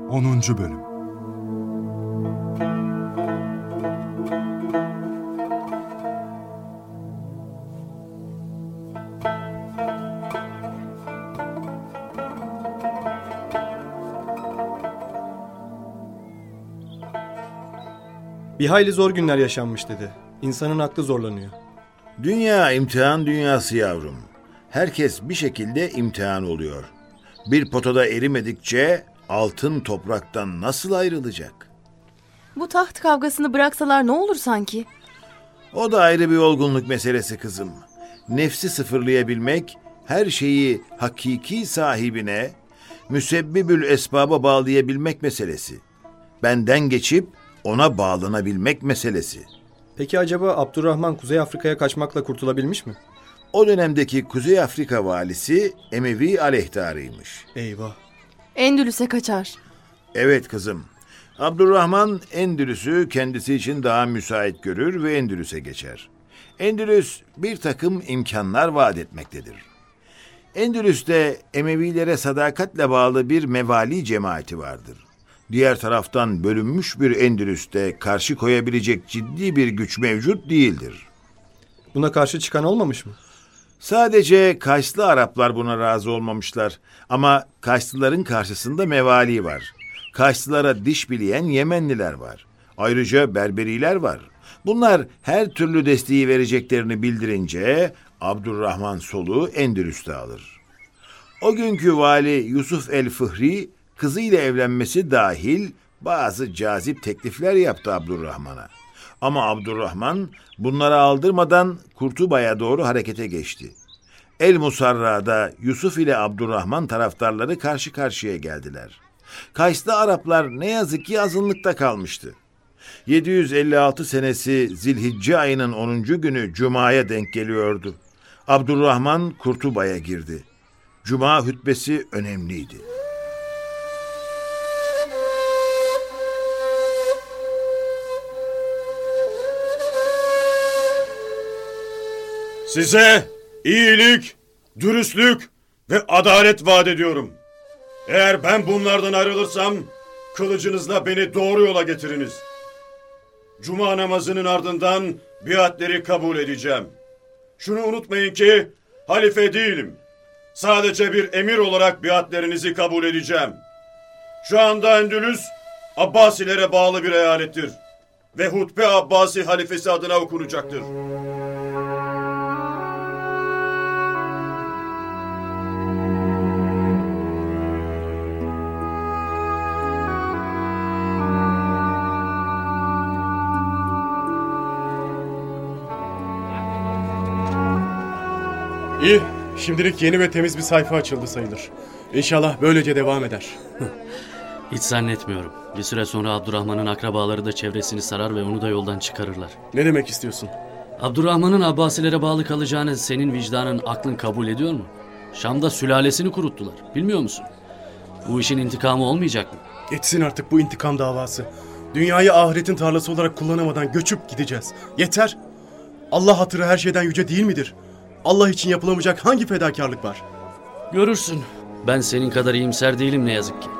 10. Bölüm. Bir hayli zor günler yaşanmış dedi. İnsanın aklı zorlanıyor. Dünya imtihan dünyası yavrum. Herkes bir şekilde imtihan oluyor. Bir potada erimedikçe altın topraktan nasıl ayrılacak? Bu taht kavgasını bıraksalar ne olur sanki? O da ayrı bir olgunluk meselesi kızım. Nefsi sıfırlayabilmek, her şeyi hakiki sahibine, müsebbibül esbaba bağlayabilmek meselesi. Benden geçip ona bağlanabilmek meselesi. Peki acaba Abdurrahman Kuzey Afrika'ya kaçmakla kurtulabilmiş mi? O dönemdeki Kuzey Afrika valisi Emevi aleyhtarıymış. Eyvah. Endülüs'e kaçar. Evet kızım. Abdurrahman Endülüs'ü kendisi için daha müsait görür ve Endülüs'e geçer. Endülüs bir takım imkanlar vaat etmektedir. Endülüs'te Emevilere sadakatle bağlı bir mevali cemaati vardır. Diğer taraftan bölünmüş bir Endülüs'te karşı koyabilecek ciddi bir güç mevcut değildir. Buna karşı çıkan olmamış mı? Sadece Kayslı Araplar buna razı olmamışlar. Ama Kayslıların karşısında mevali var. Kayslılara diş bileyen Yemenliler var. Ayrıca Berberiler var. Bunlar her türlü desteği vereceklerini bildirince Abdurrahman soluğu Endülüs'te alır. O günkü vali Yusuf el-Fıhri kızıyla evlenmesi dahil bazı cazip teklifler yaptı Abdurrahman'a. Ama Abdurrahman bunlara aldırmadan Kurtuba'ya doğru harekete geçti. El-Musarra'da Yusuf ile Abdurrahman taraftarları karşı karşıya geldiler. Kayslı Araplar ne yazık ki azınlıkta kalmıştı. 756 senesi Zilhicce ayının 10. günü Cuma'ya denk geliyordu. Abdurrahman Kurtuba'ya girdi. Cuma hutbesi önemliydi. Size iyilik, dürüstlük ve adalet vaat ediyorum. Eğer ben bunlardan ayrılırsam kılıcınızla beni doğru yola getiriniz. Cuma namazının ardından biatleri kabul edeceğim. Şunu unutmayın ki halife değilim. Sadece bir emir olarak biatlerinizi kabul edeceğim. Şu anda Endülüs Abbasilere bağlı bir eyalettir. Ve hutbe Abbasi halifesi adına okunacaktır. İyi, şimdilik yeni ve temiz bir sayfa açıldı sayılır. İnşallah böylece devam eder. Hiç zannetmiyorum. Bir süre sonra Abdurrahman'ın akrabaları da çevresini sarar ve onu da yoldan çıkarırlar. Ne demek istiyorsun? Abdurrahman'ın Abbasilere bağlı kalacağını senin vicdanın, aklın kabul ediyor mu? Şam'da sülalesini kuruttular. Bilmiyor musun? Bu işin intikamı olmayacak mı? Geçsin artık bu intikam davası. Dünyayı ahiretin tarlası olarak kullanamadan göçüp gideceğiz. Yeter. Allah hatırı her şeyden yüce değil midir? Allah için yapılamayacak hangi fedakarlık var? Görürsün. Ben senin kadar iyimser değilim ne yazık ki.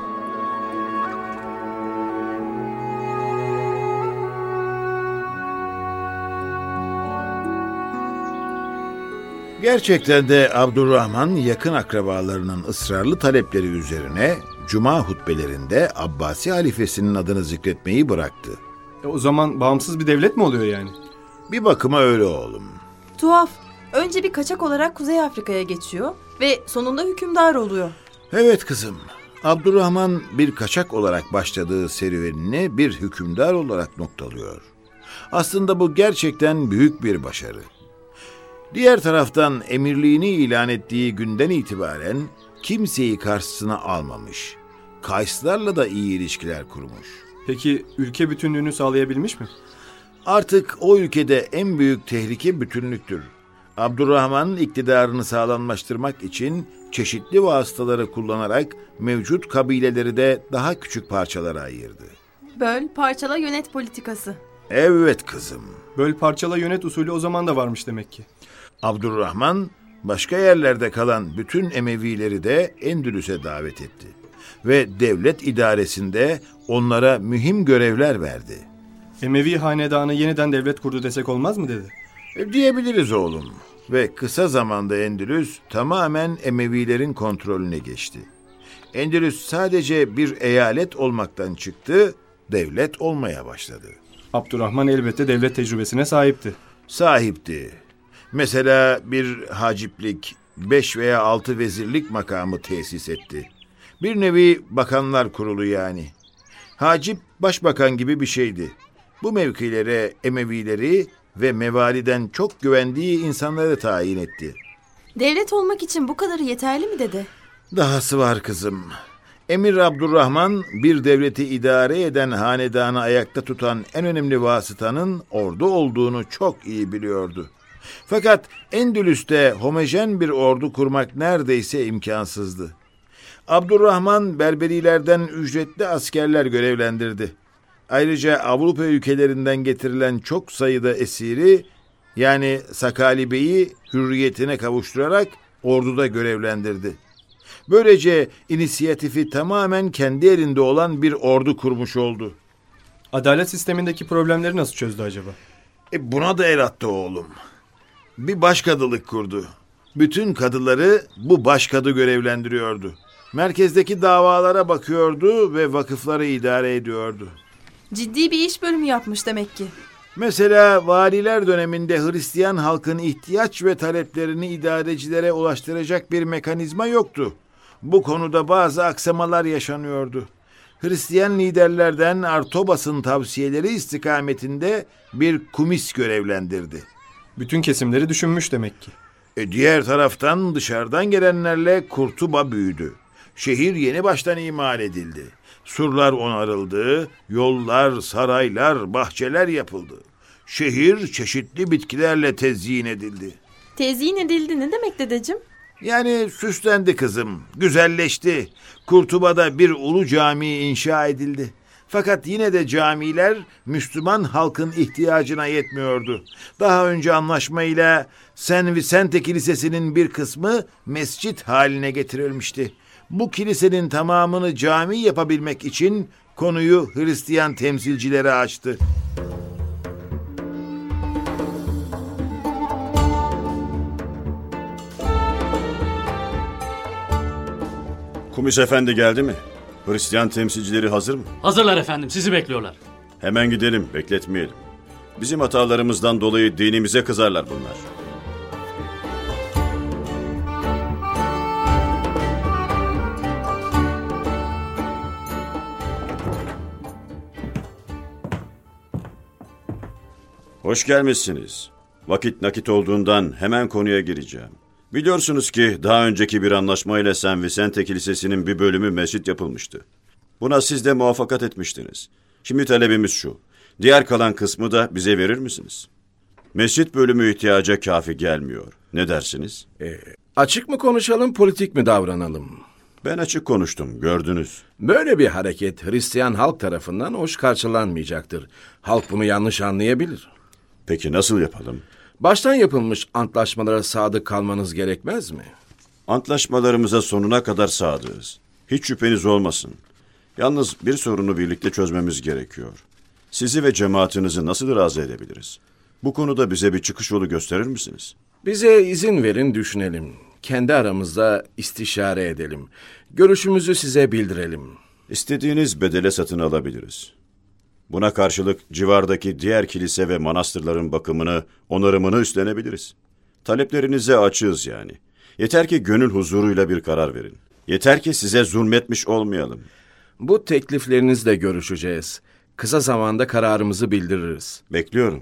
Gerçekten de Abdurrahman yakın akrabalarının ısrarlı talepleri üzerine Cuma hutbelerinde Abbasi halifesinin adını zikretmeyi bıraktı. O zaman bağımsız bir devlet mi oluyor yani? Bir bakıma öyle oğlum. Tuhaf. Önce bir kaçak olarak Kuzey Afrika'ya geçiyor ve sonunda hükümdar oluyor. Evet kızım. Abdurrahman bir kaçak olarak başladığı serüvenini bir hükümdar olarak noktalıyor. Aslında bu gerçekten büyük bir başarı. Diğer taraftan emirliğini ilan ettiği günden itibaren kimseyi karşısına almamış. Kayslarla da iyi ilişkiler kurmuş. Peki ülke bütünlüğünü sağlayabilmiş mi? Artık o ülkede en büyük tehlike bütünlüktür. Abdurrahman'ın iktidarını sağlamlaştırmak için çeşitli vasıtaları kullanarak mevcut kabileleri de daha küçük parçalara ayırdı. Böl, parçala, yönet politikası. Evet kızım. Böl parçala yönet usulü o zaman da varmış demek ki. Abdurrahman başka yerlerde kalan bütün Emevileri de Endülüs'e davet etti. ve devlet idaresinde onlara mühim görevler verdi. Emevi hanedanı yeniden devlet kurdu desek olmaz mı dede? Diyebiliriz oğlum. Ve kısa zamanda Endülüs tamamen Emevilerin kontrolüne geçti. Endülüs sadece bir eyalet olmaktan çıktı, devlet olmaya başladı. Abdurrahman elbette devlet tecrübesine sahipti. Sahipti. Mesela bir haciplik, 5 veya 6 vezirlik makamı tesis etti. Bir nevi bakanlar kurulu yani. Hacip başbakan gibi bir şeydi. Bu mevkilere Emevileri ve mevaliden çok güvendiği insanları tayin etti. Devlet olmak için bu kadarı yeterli mi dede? Dahası var kızım. Emir Abdurrahman bir devleti idare eden hanedanı ayakta tutan en önemli vasıtanın ordu olduğunu çok iyi biliyordu. Fakat Endülüs'te homojen bir ordu kurmak neredeyse imkansızdı. Abdurrahman Berberilerden ücretli askerler görevlendirdi. Ayrıca Avrupa ülkelerinden getirilen çok sayıda esiri, yani Sakali Bey'i hürriyetine kavuşturarak orduda görevlendirdi. Böylece inisiyatifi tamamen kendi elinde olan bir ordu kurmuş oldu. Adalet sistemindeki problemleri nasıl çözdü acaba? Buna da el attı oğlum. Bir başkadılık kurdu. Bütün kadıları bu başkadı görevlendiriyordu. Merkezdeki davalara bakıyordu ve vakıfları idare ediyordu. Ciddi bir iş bölümü yapmış demek ki. Mesela valiler döneminde Hristiyan halkın ihtiyaç ve taleplerini idarecilere ulaştıracak bir mekanizma yoktu. Bu konuda bazı aksamalar yaşanıyordu. Hristiyan liderlerden Artobas'ın tavsiyeleri istikametinde bir kumis görevlendirdi. Bütün kesimleri düşünmüş demek ki. Diğer taraftan dışarıdan gelenlerle Kurtuba büyüdü. Şehir yeni baştan imal edildi. Surlar onarıldı, yollar, saraylar, bahçeler yapıldı. Şehir çeşitli bitkilerle tezyin edildi. Tezyin edildi ne demek dedeciğim? Yani süslendi kızım, güzelleşti. Kurtuba'da bir ulu cami inşa edildi. Fakat yine de camiler Müslüman halkın ihtiyacına yetmiyordu. Daha önce anlaşmayla San Vicente Kilisesi'nin bir kısmı mescit haline getirilmişti. Bu kilisenin tamamını cami yapabilmek için konuyu Hristiyan temsilcilere açtı. Kumis Efendi geldi mi? Hristiyan temsilcileri hazır mı? Hazırlar efendim, sizi bekliyorlar. Hemen gidelim, bekletmeyelim. Bizim hatalarımızdan dolayı dinimize kızarlar bunlar. Hoş gelmişsiniz. Vakit nakit olduğundan hemen konuya gireceğim. Biliyorsunuz ki daha önceki bir anlaşmayla San Vicente Kilisesi'nin bir bölümü mescit yapılmıştı. Buna siz de muvaffakat etmiştiniz. Şimdi talebimiz şu. Diğer kalan kısmı da bize verir misiniz? Mescit bölümü ihtiyaca kafi gelmiyor. Ne dersiniz? Açık mı konuşalım, politik mi davranalım? Ben açık konuştum, gördünüz. Böyle bir hareket Hristiyan halk tarafından hoş karşılanmayacaktır. Halk bunu yanlış anlayabilir. Peki nasıl yapalım? Baştan yapılmış antlaşmalara sadık kalmanız gerekmez mi? Antlaşmalarımıza sonuna kadar sadığız. Hiç şüpheniz olmasın. Yalnız bir sorunu birlikte çözmemiz gerekiyor. Sizi ve cemaatinizi nasıl razı edebiliriz? Bu konuda bize bir çıkış yolu gösterir misiniz? Bize izin verin düşünelim. Kendi aramızda istişare edelim. Görüşümüzü size bildirelim. İstediğiniz bedele satın alabiliriz. Buna karşılık civardaki diğer kilise ve manastırların bakımını, onarımını üstlenebiliriz. Taleplerinize açığız yani. Yeter ki gönül huzuruyla bir karar verin. Yeter ki size zulmetmiş olmayalım. Bu tekliflerinizle görüşeceğiz. Kısa zamanda kararımızı bildiririz. Bekliyorum.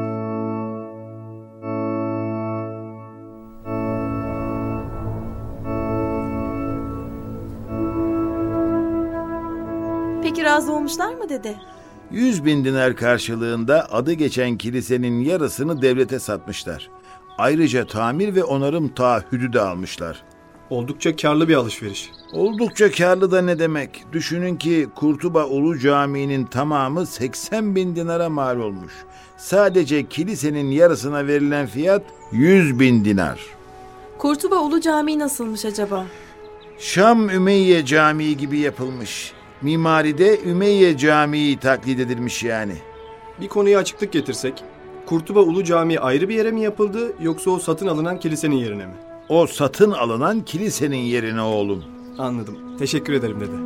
Peki razı olmuşlar mı dede? 100.000 dinar karşılığında adı geçen kilisenin yarısını devlete satmışlar. Ayrıca tamir ve onarım taahhüdü de almışlar. Oldukça karlı bir alışveriş. Oldukça karlı da ne demek? Düşünün ki Kurtuba Ulu Camii'nin tamamı 80.000 dinara mal olmuş. Sadece kilisenin yarısına verilen fiyat 100.000 dinar. Kurtuba Ulu Camii nasılmış acaba? Şam Ümeyye Camii gibi yapılmış. Mimaride Ümeyye Camii taklit edilmiş yani. Bir konuya açıklık getirsek, Kurtuba Ulu Camii ayrı bir yere mi yapıldı yoksa o satın alınan kilisenin yerine mi? O satın alınan kilisenin yerine oğlum. Anladım. Teşekkür ederim dede.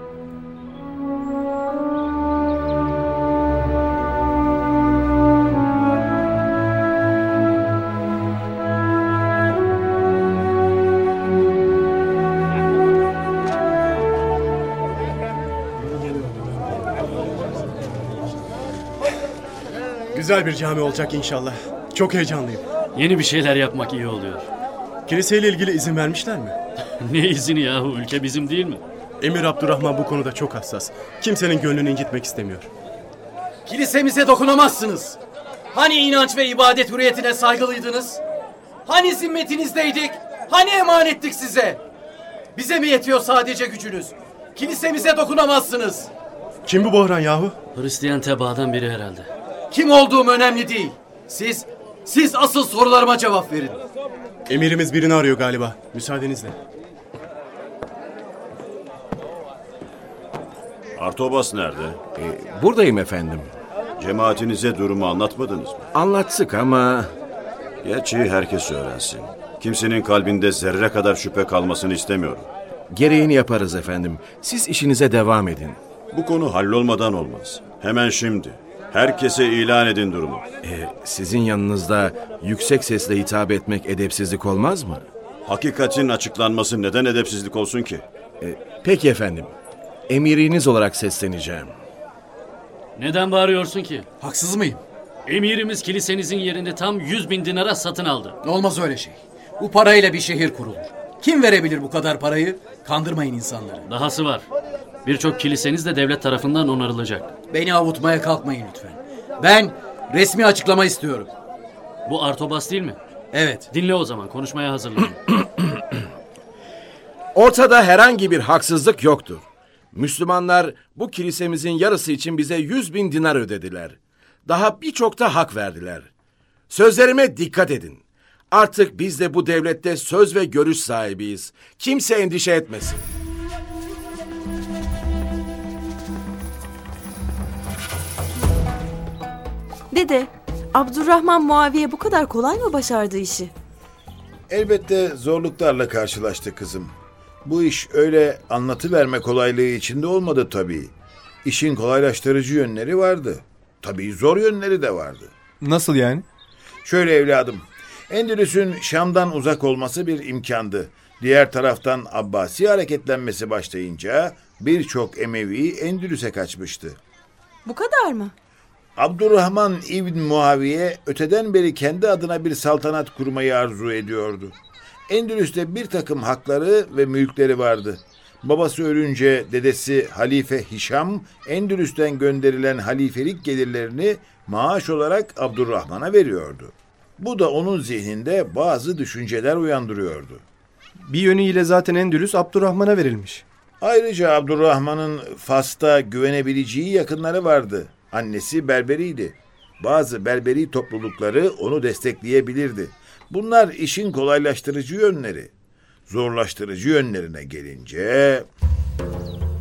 Güzel bir cami olacak inşallah. Çok heyecanlıyım. Yeni bir şeyler yapmak iyi oluyor. Kiliseyle ilgili izin vermişler mi? Ne izini yahu, ülke bizim değil mi? Emir Abdurrahman bu konuda çok hassas. Kimsenin gönlünü incitmek istemiyor. Kilisemize dokunamazsınız. Hani inanç ve ibadet hürriyetine saygılıydınız? Hani zimmetinizdeydik? Hani emanettik size? Bize mi yetiyor sadece gücünüz? Kilisemize dokunamazsınız. Kim bu Bohran yahu? Hristiyan tebaadan biri herhalde. Kim olduğum önemli değil. Siz asıl sorularıma cevap verin. Emirimiz birini arıyor galiba. Müsaadenizle. Artobas nerede? Buradayım efendim. Cemaatinize durumu anlatmadınız mı? Anlattık ama... Gerçi herkes öğrensin. Kimsenin kalbinde zerre kadar şüphe kalmasını istemiyorum. Gereğini yaparız efendim. Siz işinize devam edin. Bu konu hallolmadan olmaz. Hemen şimdi. Herkese ilan edin durumu. Sizin yanınızda yüksek sesle hitap etmek edepsizlik olmaz mı? Hakikatin açıklanması neden edepsizlik olsun ki? Peki efendim. Emiriniz olarak sesleneceğim. Neden bağırıyorsun ki? Haksız mıyım? Emirimiz kilisenizin yerini tam 100.000 dinara satın aldı. Olmaz öyle şey. Bu parayla bir şehir kurulur. Kim verebilir bu kadar parayı? Kandırmayın insanları. Dahası var. Birçok kiliseniz de devlet tarafından onarılacak. Beni avutmaya kalkmayın lütfen. Ben resmi açıklama istiyorum. Bu Artobas değil mi? Evet. Dinle o zaman, konuşmaya hazırlanın. Ortada herhangi bir haksızlık yoktur. Müslümanlar bu kilisemizin yarısı için bize 100.000 dinar ödediler. Daha birçok da hak verdiler. Sözlerime dikkat edin. Artık biz de bu devlette söz ve görüş sahibiyiz. Kimse endişe etmesin. Dede, Abdurrahman Muaviye bu kadar kolay mı başardı işi? Elbette zorluklarla karşılaştı kızım. Bu iş öyle anlatıverme kolaylığı içinde olmadı tabii. İşin kolaylaştırıcı yönleri vardı. Tabii zor yönleri de vardı. Nasıl yani? Şöyle evladım, Endülüs'ün Şam'dan uzak olması bir imkandı. Diğer taraftan Abbasi hareketlenmesi başlayınca birçok Emevi Endülüs'e kaçmıştı. Bu kadar mı? Abdurrahman İbn Muaviye öteden beri kendi adına bir saltanat kurmayı arzu ediyordu. Endülüs'te bir takım hakları ve mülkleri vardı. Babası ölünce dedesi Halife Hişam, Endülüs'ten gönderilen halifelik gelirlerini maaş olarak Abdurrahman'a veriyordu. Bu da onun zihninde bazı düşünceler uyandırıyordu. Bir yönüyle zaten Endülüs Abdurrahman'a verilmiş. Ayrıca Abdurrahman'ın Fas'ta güvenebileceği yakınları vardı. Annesi Berberiydi. Bazı Berberi toplulukları onu destekleyebilirdi. Bunlar işin kolaylaştırıcı yönleri. Zorlaştırıcı yönlerine gelince...